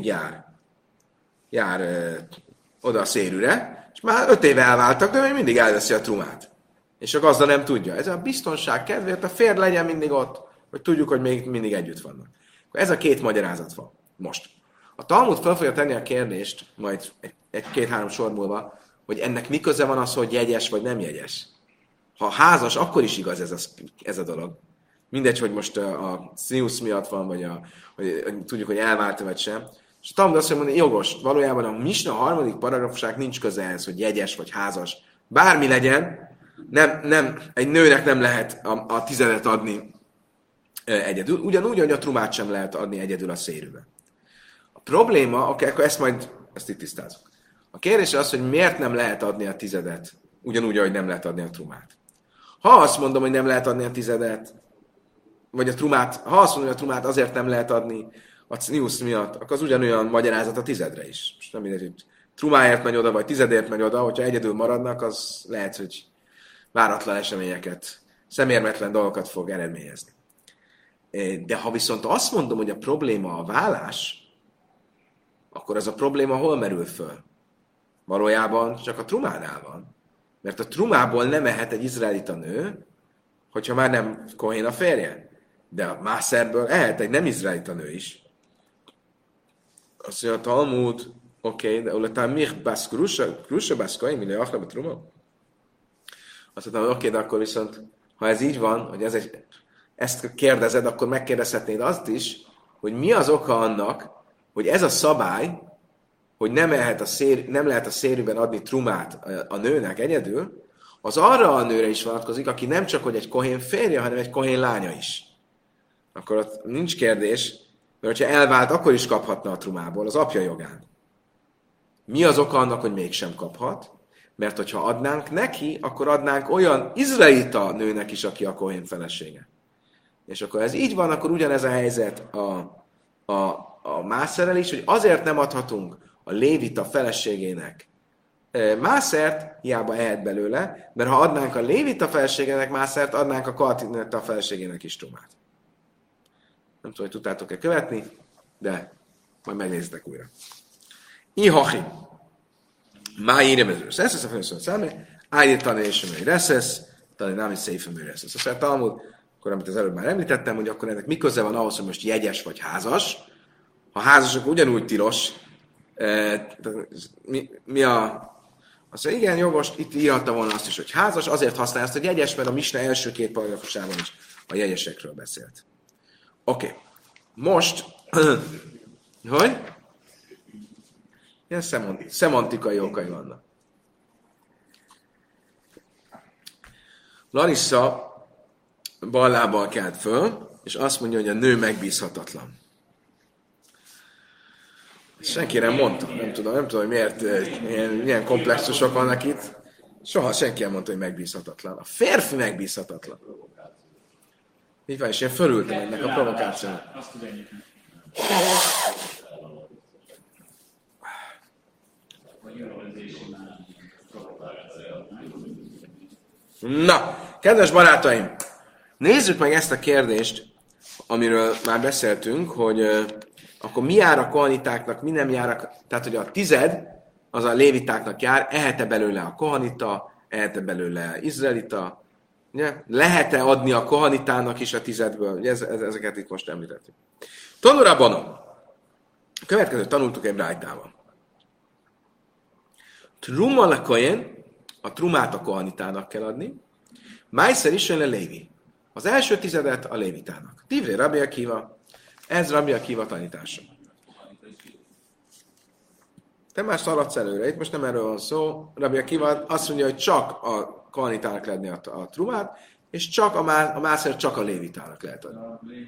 jár oda a szérűre, és már 5 éve elváltak, de még mindig elveszi a trumát. És a gazda nem tudja. Ez a biztonság kedvéért a férj legyen mindig ott, hogy tudjuk, hogy még mindig együtt vannak. Ez a két magyarázat van. Most. A Talmud fel fogja tenni a kérdést, majd egy-két-három sor múlva, hogy ennek mi köze van az, hogy jegyes vagy nem jegyes. Ha házas, akkor is igaz ez a dolog. Mindegy, hogy most a színusz miatt van, vagy tudjuk, hogy elvált vagy sem. És a Talmud azt mondja, hogy jogos. Valójában a Misna harmadik paragrafusnak nincs köze ehhez, hogy jegyes vagy házas. Bármi legyen, egy nőnek nem lehet a tizedet adni egyedül. Ugyanúgy, hogy a trumát sem lehet adni egyedül a szérűbe. A probléma, akkor ezt itt tisztázunk. A kérdés az, hogy miért nem lehet adni a tizedet, ugyanúgy, ahogy nem lehet adni a trumát. Ha azt mondom, hogy nem lehet adni a tizedet, vagy a trumát, ha azt mondom, hogy a trumát azért nem lehet adni a cniusz miatt, akkor az ugyanolyan magyarázat a tizedre is. Most nem mindegy, hogy trumáért megy oda, vagy tizedért megy oda, hogyha egyedül maradnak, az lehet, hogy váratlan eseményeket, szemérmetlen dolgokat fog eredményezni. De ha viszont azt mondom, hogy a probléma a vállás, akkor az a probléma hol merül föl? Valójában csak a trumánál van. Mert a trumából nem ehet egy izraelita nő, hogyha már nem kohén a férje. De a mászerből ehet egy nem izraelita nő is. Azt mondja a Talmud, oké, de uletán mich basz krusha basz kohén, mille achlab a truma? Azt mondtam, hogy oké, de akkor viszont, ha ez így van, hogy ezt kérdezed, akkor megkérdezhetnéd azt is, hogy mi az oka annak, hogy ez a szabály, hogy nem lehet a szérűben adni trumát a nőnek egyedül, az arra a nőre is vonatkozik, aki nem csak hogy egy kohén férje, hanem egy kohén lánya is. Akkor ott nincs kérdés, mert ha elvált, akkor is kaphatna a trumából az apja jogán. Mi az oka annak, hogy mégsem kaphat? Mert hogyha adnánk neki, akkor adnánk olyan izraelita nőnek is, aki a kohén felesége. És akkor ez így van, akkor ugyanez a helyzet a mászerrel is, hogy azért nem adhatunk a lévita feleségének mászert, hiába ehet belőle, mert ha adnánk a lévita feleségének mászert, adnánk a kohatinita feleségének is trumát. Nem tudom, hogy tudtátok-e követni, de majd megnézitek újra. Ihachi. Má írem ezős. Ez a főször számi. Ájét tanulésem, hogy reszesz, tanulnám, hogy szépen reszesz. Azt mondja, Talmud, akkor amit az előbb már említettem, hogy akkor ennek mi köze van ahhoz, hogy most jegyes vagy házas. Ha házas, akkor ugyanúgy tilos. Azt mondja, igen, jogos, itt írhatta volna azt is, hogy házas, azért használja azt, hogy jegyes, mert a Misna első két paragrafusában is a jegyesekről beszélt. Oké. Most, hogy? Ilyen szemantikai okai vannak. Larissa bal lábbal kelt föl, és azt mondja, hogy a nő megbízhatatlan. Senki nem mondta, nem tudom, hogy miért milyen komplexusok vannak itt. Soha senki nem mondta, hogy megbízhatatlan. A férfi megbízhatatlan. Így van, és én fölültem ennek a provokációnak. Na, kedves barátaim, nézzük meg ezt a kérdést, amiről már beszéltünk, hogy akkor mi jár a kohanitáknak, mi nem jár, tehát hogy a 10 az a lévitáknak jár, ehet-e belőle a kohanita, ehet-e belőle izraelita, ugye? Lehet-e adni a kohanitának is a 10-ből, ugye ezeket itt most említettük. Tanulában a következőt tanultuk egy brájtával. Truma le kohen, a trumát a kohanitának kell adni, májszer is jön le lévi. Az első 10 a lévitának. Divré Rabbi Akiva, ez Rabbi Akiva tanítása. Te már szaladsz előre, itt most nem erről van szó. Rabbi Akiva azt mondja, hogy csak a kohanitának lehet adni a trumát, és csak a mászer csak a lévitának lehet adni.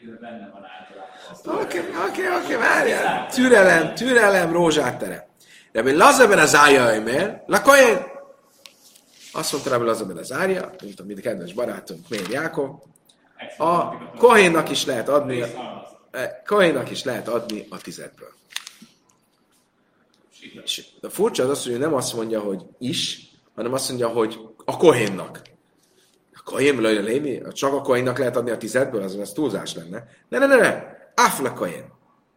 Oké, várjál. Türelem, rózsát tere. Rabbi Lazarben az ája, mert lakojen. Azt mondta Rabbi Lazarben az ája, mint a kedves barátunk, Mér Jákov, a kohénnak is lehet adni a 10-ből. De furcsa az, hogy nem azt mondja, hogy is, hanem azt mondja, hogy a kohénnak. A kohénből a lévi, csak a kohénnak lehet adni a 10-ből, az túlzás lenne. Ne. Áfla kohén.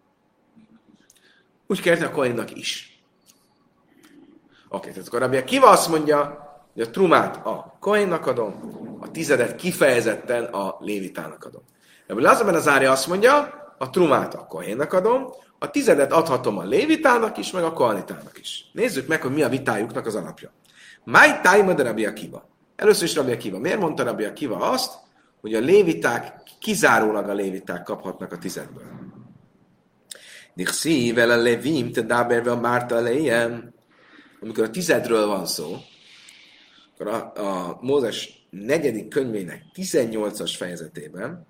Úgy kérte a kohénnak is. Oké, tehát akkor Rabbi Akiva azt mondja, hogy a trumát a kohénnak adom, a 10 kifejezetten a lévitának adom. Rabbi Lazarben az árja azt mondja, a trumát a kohénnak adom, a 10 adhatom a lévitának is, meg a kohanitának is. Nézzük meg, hogy mi a vitájuknak az alapja. Máj tájma de Rabbi Akiva. Először is Rabbi Akiva. Miért mondta Rabbi Akiva azt, hogy a léviták, kizárólag a léviták kaphatnak a 10-ből? Nixi vele levim, te dáberve a márta lejem. Amikor a 10-ről van szó, akkor a Mózes 4. könyvének 18-as fejezetében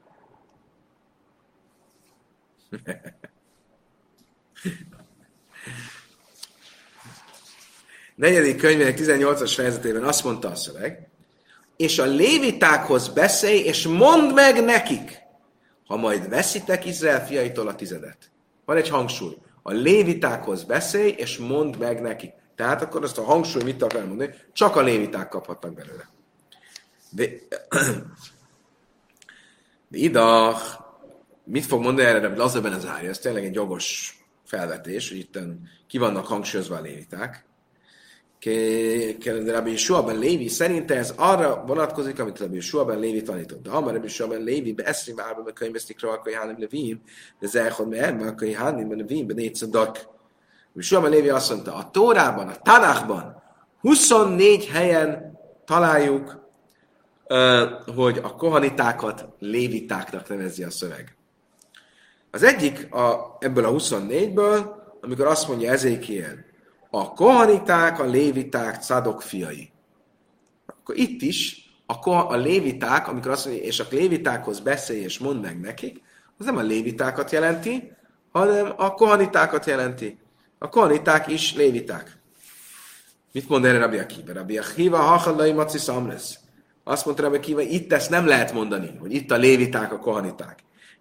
negyedik könyvének 18-as fejezetében azt mondta a szöveg, és a lévitákhoz beszélj, és mondd meg nekik, ha majd veszitek Izrael fiaitól a 10. Van egy hangsúly. A lévitákhoz beszélj, és mondd meg nekik. Tehát akkor azt a hangsúly mit akar mondani? Csak a léviták kaphatnak belőle. De idach, mit fog mondani erre Lazarben az árja? Ez tényleg egy jogos felvetés, hogy itt ki vannak hangsúlyozva a léviták. Rabbi Yeshua ben Lévi szerint ez arra vonatkozik, amit Rabbi Yeshua ben Lévi tanított. De ha már Rabbi Yeshua ben Lévi beeszri várba, be könyvesztik rá, akkor Jánim Levim, de zerchod mehem, akkor Jánim Levim, be négyszadok. Rabbi Yeshua ben Lévi azt mondta, a Tórában, a Tanachban 24 helyen találjuk hogy a kohanitákat lévitáknak nevezi a szöveg. Az egyik ebből a 24-ből, amikor azt mondja Ezékiel, a kohaniták, a léviták Cadok fiai. Akkor itt is a léviták, amikor azt mondja, és a lévitákhoz beszélj és mondd meg nekik, az nem a lévitákat jelenti, hanem a kohanitákat jelenti. A kohaniták is léviták. Mit mond erre Rabbi Akiva? Rabbi Akiva, hachadai maci szamresz. Azt mondta Rabbi Akiva, itt ezt nem lehet mondani, hogy itt a léviták, a kohaniták.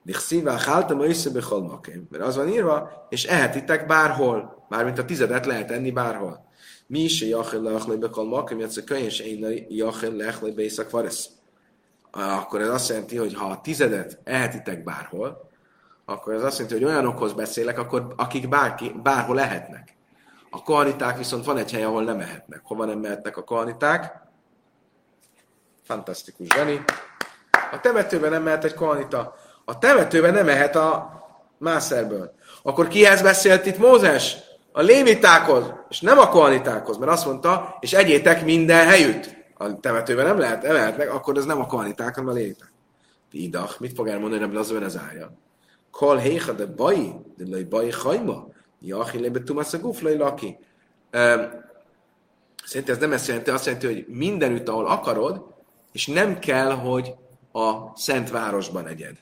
Mert az van írva, és ehetitek bárhol. Mármint a 10 lehet enni bárhol. Mi is jachel lechlej bekal makem, játsz könyv, és én jachel lechlej bészak varesz. Akkor ez azt jelenti, hogy ha a 10 ehetitek bárhol, akkor ez azt jelenti, hogy olyanokhoz beszélek, akik bárhol ehetnek. A kohaniták viszont van egy hely, ahol nem ehetnek. Hova nem mehetnek a kohaniták? Fantasztikus, Dani. A temetőben nem mehet egy kohanita. A temetőben nem ehet a mászerből. Akkor kihez beszélt itt Mózes? A lévitákhoz, és nem a kohanitákhoz, mert azt mondta, és egyétek minden helyütt. A temetőben nem ehetnek, akkor ez nem a kohaniták, hanem a léviták. Vidach, mit fog elmondani ebből az övezárja? Kol héha de bai, de lej bai hajma, jachi lébe tumasz lej laki. Szerintem ez nem ezt jelenti, azt jelenti, hogy mindenütt, ahol akarod, és nem kell, hogy a Szent Városban egyed.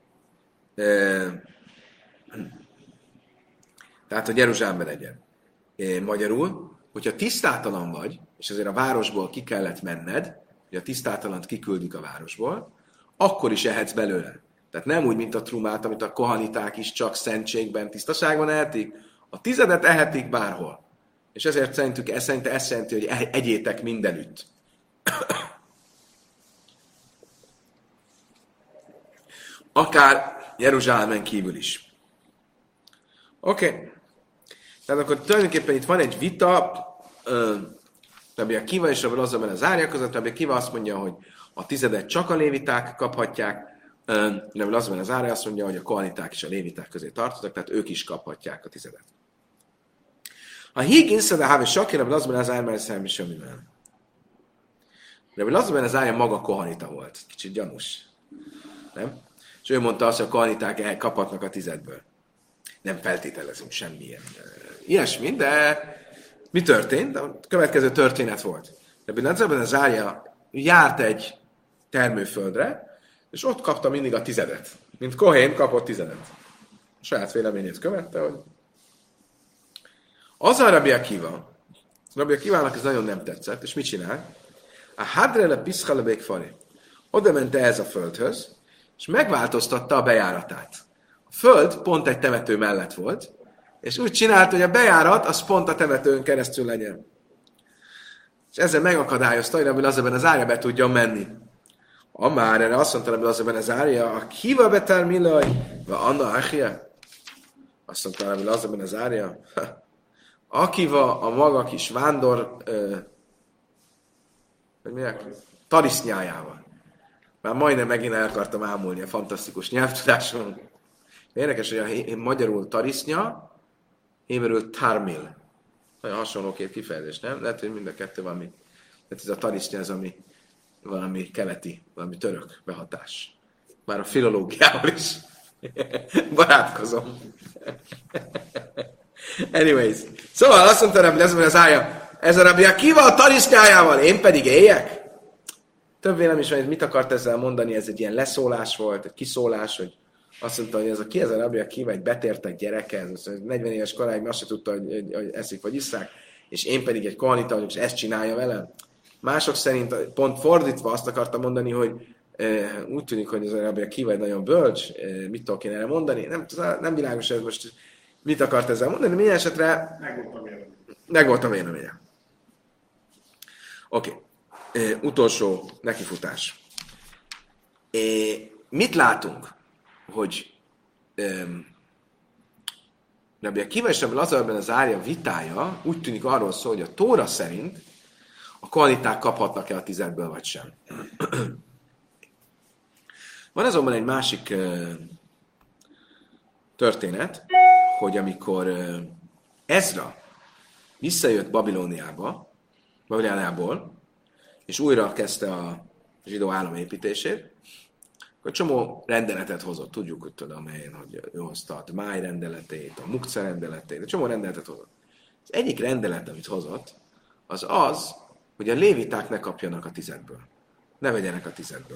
Tehát, hogy Jeruzsálemben egyed. Magyarul, hogyha tisztátalan vagy, és azért a városból ki kellett menned, hogy a tisztátalant kiküldik a városból, akkor is ehetsz belőle. Tehát nem úgy, mint a trumát, amit a kohaniták is csak szentségben, tisztaságban ehetik, a 10 ehetik bárhol. És ezért szerintük ezt jelenti, hogy egyétek mindenütt. Akár Jeruzsálemen kívül is. Oké. Tehát akkor tulajdonképpen itt van egy vita, Rabbi Akiva és Rabbi Lazarben az árja között. Rabbi Akiva azt mondja, hogy a 10 csak a léviták kaphatják, Rabbi Lazarben az árja azt mondja, hogy a kohaniták és a léviták közé tartoznak, tehát ők is kaphatják a 10. A Higgins, de Hávi Saki, Rabbi Lazarben az árja, mert szemben semmivel. Rabbi Lazarben az árja maga kohanita volt. Kicsit gyanús. Nem? És ő mondta azt, hogy a kohaniták kaphatnak a 10-ből. Nem feltételezünk semmilyen ilyesmit, de mi történt? A következő történet volt. Rabbi Lazarben az árja járt egy termőföldre, és ott kapta mindig a 10. Mint Kohén kapott 10. A saját véleményét követte, hogy az a Rabbi Akivának ez nagyon nem tetszett, és mit csinál? A hadrele piszkalebék fari. Oda ment ehhez a földhöz, és megváltoztatta a bejáratát. A föld pont egy temető mellett volt, és úgy csinált, hogy a bejárat az pont a temetőn keresztül legyen. És ezzel megakadályozta, hogy Rabbi Lazarben az árja be tudjon menni. Amár erre azt mondta Rabbi Lazarben az árja, a kiva betel millaj, vagy Anna Achia. Azt mondta Rabbi Lazarben az árja, Akiva a maga kis vándor, vagy miért? Tarisznyájával. Már majdnem megint el akartam ámulni a fantasztikus nyelvtudáson. Érdekes, hogy a magyarul tarisznya, héberül tarmil. Nagyon hasonló két kifejezés, nem? Lehet, hogy mind a kettő valami. Tehát ez a tarisznya, ez ami valami keleti, valami török behatás. Már a filológiával is barátkozom. Anyways. Szóval azt mondta Rabbi Lazarben az árja, ez a Rabbi Akiva a tarisznyájával, én pedig éljek? Több vélemény is van, hogy mit akart ezzel mondani, ez egy ilyen leszólás volt, egy kiszólás, hogy azt mondta, hogy ez a Rabbi Akiva egy betértek gyereke, ez 40 éves koráig azt se tudta, hogy eszik vagy isszák, és én pedig egy kohanita vagyok, és ezt csinálja velem. Mások szerint pont fordítva azt akarta mondani, hogy úgy tűnik, hogy ez a Rabbi Akiva egy nagyon bölcs, mit tudok én erre mondani, nem világos ez most, mit akart ezzel mondani, minden esetre megvolt a véleménye. Oké. Utolsó nekifutás. Mit látunk, hogy Rabbi Akiva és Rabbi Lazarben az árja vitája úgy tűnik arról szól, hogy a Tóra szerint a kohaniták kaphatnak-e a 10-ből vagy sem. Van azonban egy másik történet, hogy amikor Ezra visszajött Babilóniából, és újra kezdte zsidó állam építését, akkor csomó rendeletet hozott. Tudjuk, hogy tudom én, hogy ő hozta a máj rendeletét, a mukca rendeletét, csomó rendeletet hozott. Az egyik rendelet, amit hozott, az, hogy a léviták ne kapjanak a 10-ből. Ne vegyenek a 10-ből.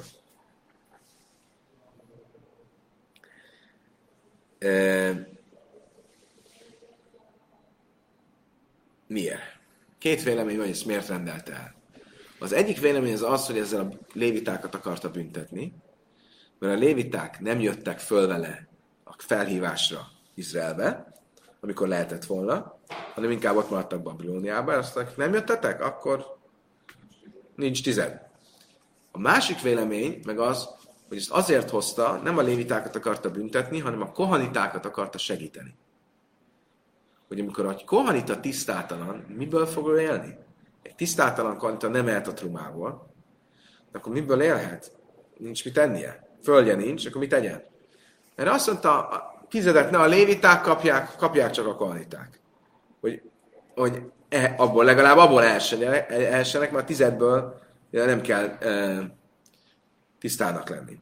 Miért? Két vélemény van, hogy ezt miért rendelte el. Az egyik vélemény az, hogy ezzel a lévitákat akarta büntetni, mert a léviták nem jöttek föl vele a felhívásra Izraelbe, amikor lehetett volna, hanem inkább ott maradtak Babilóniában, azt mondták, nem jöttetek, akkor nincs 10. A másik vélemény meg az, hogy ezt azért hozta, nem a lévitákat akarta büntetni, hanem a kohanitákat akarta segíteni. Hogy amikor a kohanita tisztátalan, miből fog ő élni? Egy tisztátalan kohanita nem ehet a trumából, akkor miből élhet? Nincs mit ennie. Földje nincs, akkor mit tegyen? Mert azt mondta, a 10 ne a léviták kapják csak a kohaniták. Hogy abból elhessenek, mert a 10-ből nem kell tisztának lenni.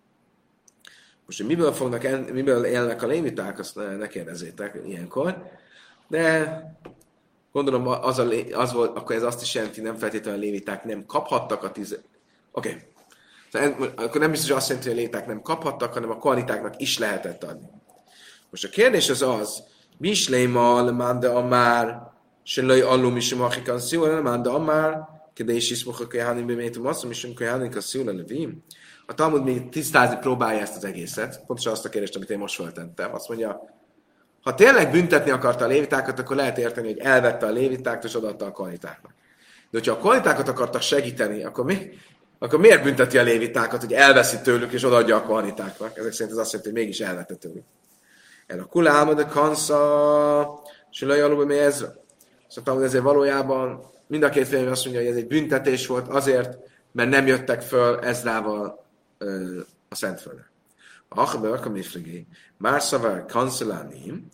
Most, hogy miből élnek a léviták, azt ne kérdezzétek ilyenkor, de gondolom az volt, akkor ez azt is jelenti, nem feltétlenül a léviták nem kaphattak a 10. Oké. Akkor nem biztos, hogy azt jelenti, hogy a léviták nem kaphattak, hanem a kohanitáknak is lehetett adni. Most a kérdés az, Bisléma lemande amár, se löj allum is a machikan szíul, lemande amár, kedé is iszmocha kölyhánim bemétum asszom, és kölyhánik a szíul levim. A Talmud még tisztázni próbálja ezt az egészet. Pontosan azt a kérdést, amit én most feltettem. Azt mondja, ha tényleg büntetni akarta a lévitákat, akkor lehet érteni, hogy elvette a lévitákt és odaadta a kohanitáknak. De hogyha a kohanitákat akartak segíteni, akkor miért bünteti a lévitákat, hogy elveszi tőlük és odaadja a kohanitáknak? Ezek szerint ez azt jelenti, hogy mégis elvette tőlük. El a kulálma, de kansza, és a lajalóban mi ezra. Szóval ezért valójában mind a két vélemény azt mondja, hogy ez egy büntetés volt azért, mert nem jöttek föl Ezrával a Szentföldre. Achber, kamifligé, már szavar kancelánim,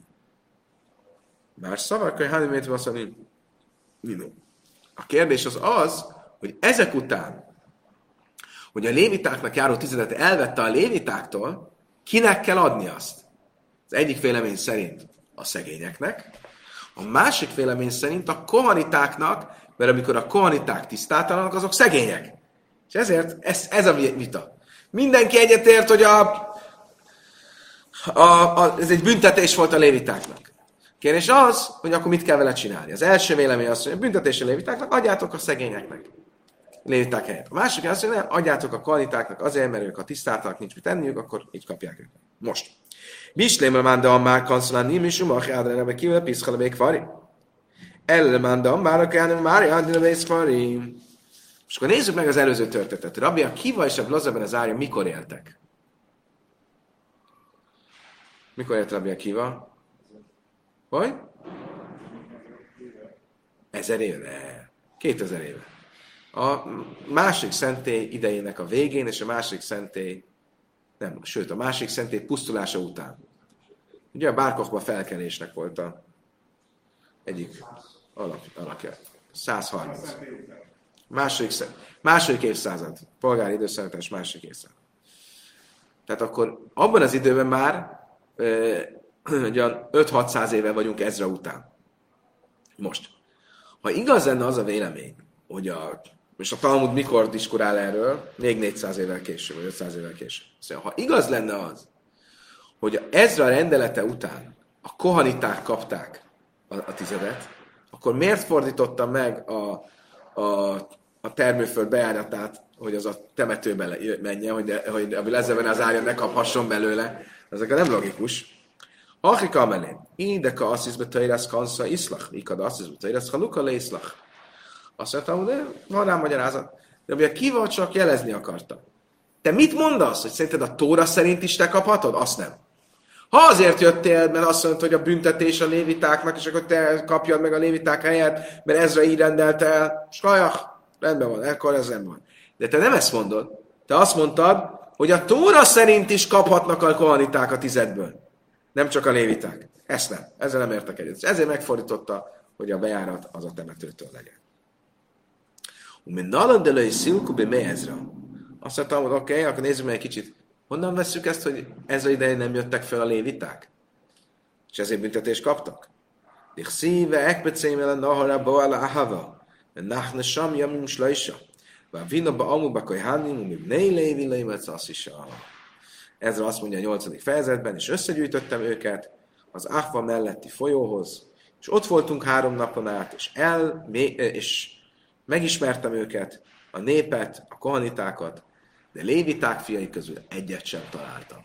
már szavar kölyhánim, a kérdés az, hogy ezek után, hogy a lévitáknak járó 10 elvette a lévitáktól, kinek kell adni azt? Az egyik vélemény szerint a szegényeknek, a másik vélemény szerint a kohanitáknak, mert amikor a kohaniták tisztátalanok, azok szegények. És ezért ez a vita. Mindenki egyetért, hogy ez egy büntetés volt a lévitáknak. Kérdés az, hogy akkor mit kell vele csinálni. Az első vélemény az, hogy a büntetés a lévitáknak, adjátok a szegényeknek. Léviták helyett. A másik az, hogy nem, adjátok a kohanitáknak azért, mert ők a tisztátalanok, nincs mit enniük, akkor így kapják őket. Most. Bislémel manda már kanszolán nim is umach ádrene kivel piszkal végfari. Ellemanda már a kánum már ádrene végfari. És akkor nézzük meg az előző történetet. Rabbi Akiva és a Blazeben az árja mikor éltek? Mikor élt Rabbi Akiva? Hogy? 1000 éve. 2000 éve. A másik szentély idejének a végén, és a másik szentély a másik szentély pusztulása után. Ugye a Bárkochba felkelésnek volt a egyik alakja. 130. Második évszázad. Polgári időszámítás második évszázad. Tehát akkor abban az időben már ugyan 5-600 éve vagyunk Ezra után. Most. Ha igaz lenne az a vélemény, hogy és a Talmud mikor diskurál erről? Még 400 évvel később, vagy 500 évvel később. Szóval, ha igaz lenne az, hogy Ezra rendelete után a kohaniták kapták a 10, akkor miért fordította meg a termőföld bejáratát, hogy az a temetőbe menjen, hogy a lezeben az árja ne kaphasson belőle? Ezek nem logikus. Achika menén, ideka asszizbe tajrász kansza iszlach, ikad asszizbe tajrász haluka le iszlach. Azt mondtam, de van rám magyarázat. De ugye Kiva csak jelezni akarta. Te mit mondasz, hogy szerinted a Tóra szerint is te kaphatod? Azt nem. Ha azért jöttél, mert azt mondta, hogy a büntetés a lévitáknak, és akkor te kapjad meg a léviták helyet, mert Ezra így rendelte el, skajach, rendben van, akkor ez nem van. De te nem ezt mondod. Te azt mondtad, hogy a Tóra szerint is kaphatnak a kohaniták a 10-ből. Nem csak a léviták. Ezt nem. Ezzel nem értek egyet. Ezért megfordította, hogy a bejárat az a temetőtől legyen. Azt mondtam, hogy oké, akkor nézzük meg egy kicsit. Honnan vesszük ezt, hogy ez a ideje nem jöttek fel a léviták? És ezért büntetést kaptak? Szíve, ekpecémele, nahara, boala, ahava. Nachne sam, jamim, slajsa. Vá vinaba, amuba, kajhánim, umib, nei lévi, lévet, szaszisa. Ezzel azt mondja a 8. fejezetben, és összegyűjtöttem őket az Ahva melletti folyóhoz, és ott voltunk 3 napon át, és megismertem őket, a népet, a kohanitákat, de léviták fiai közül egyet sem találtam.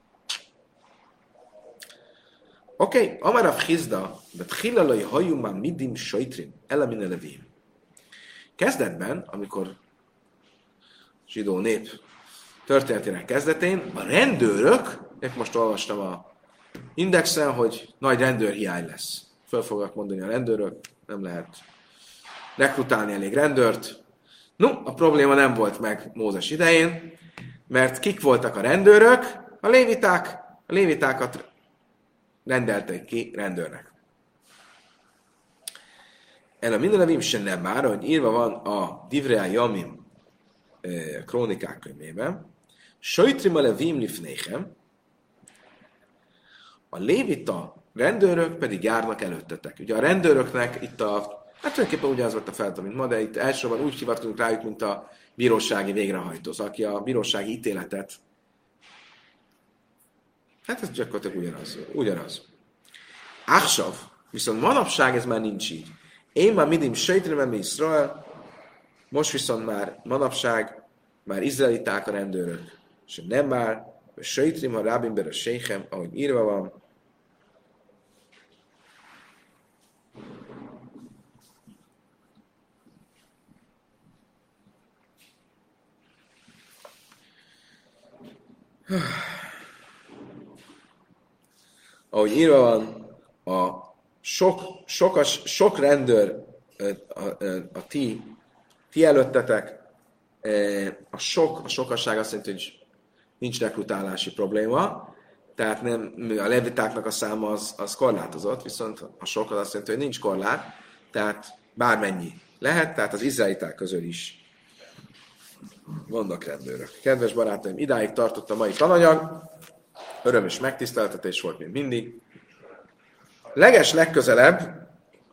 Oké, Amarav Hizda, de Tchilalai hajumán midim sajtrim, elamine levim. Kezdetben, amikor zsidó nép történetének kezdetén, a rendőrök, most olvastam a indexen, hogy nagy rendőrhiány lesz. Föl fognak mondani a rendőrök, nem lehet rekrutálni elég rendőrt. No, a probléma nem volt meg Mózes idején, mert kik voltak a rendőrök? A léviták. A lévitákat rendelték ki rendőrnek. El a mindenevim se nem már, hogy írva van a Divrei Yamim krónikák könyvében, Sajtrim a levim lifnéchem, a lévita rendőrök pedig járnak előttetek. Ugye a rendőröknek itt hát tulajdonképpen ugyanaz volt a feladat, mint ma, de itt elsősorban úgy hivatkozunk rájuk, mint a bírósági végrehajtó, aki a bírósági ítéletet. Hát ez gyakorlatilag ugyanaz. Achsav, viszont manapság ez már nincs így. Én már midim sejtremem Izrael, most viszont már manapság már izraeliták a rendőrök, és nem már, sejtrim a rábimber a séchem, ahogy írva van, ahogy írva van, a sok rendőr a ti előttetek, a sokasság azt jelenti, hogy nincs rekrutálási probléma, tehát nem, a levitáknak a száma az korlátozott, viszont a sok az azt jelenti, hogy nincs korlát, tehát bármennyi lehet, tehát az izraeliták közül is vannak rendőrök. Kedves barátaim, idáig tartott a mai tananyag, öröm és megtiszteltetés volt, mint mindig. Legközelebb,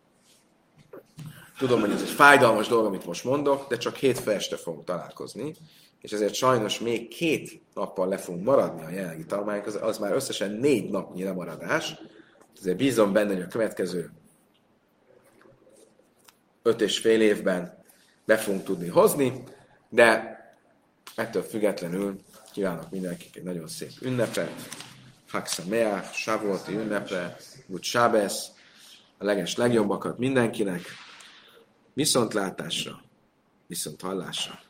tudom, hogy ez egy fájdalmas dolog, amit most mondok, de csak hétfő este fogunk találkozni, és ezért sajnos még 2 nappal le fogunk maradni a jelenlegi tanulmányok, az már összesen 4 napnyi lemaradás, ezért bízom benne, hogy a következő 5,5 évben be fogunk tudni hozni, de ettől függetlenül kívánok mindenkinek egy nagyon szép ünnepet, Chag Sameach, Shavuoti ünnepre, Gut Sábesz, a legjobbakat mindenkinek, viszontlátásra, viszont hallásra.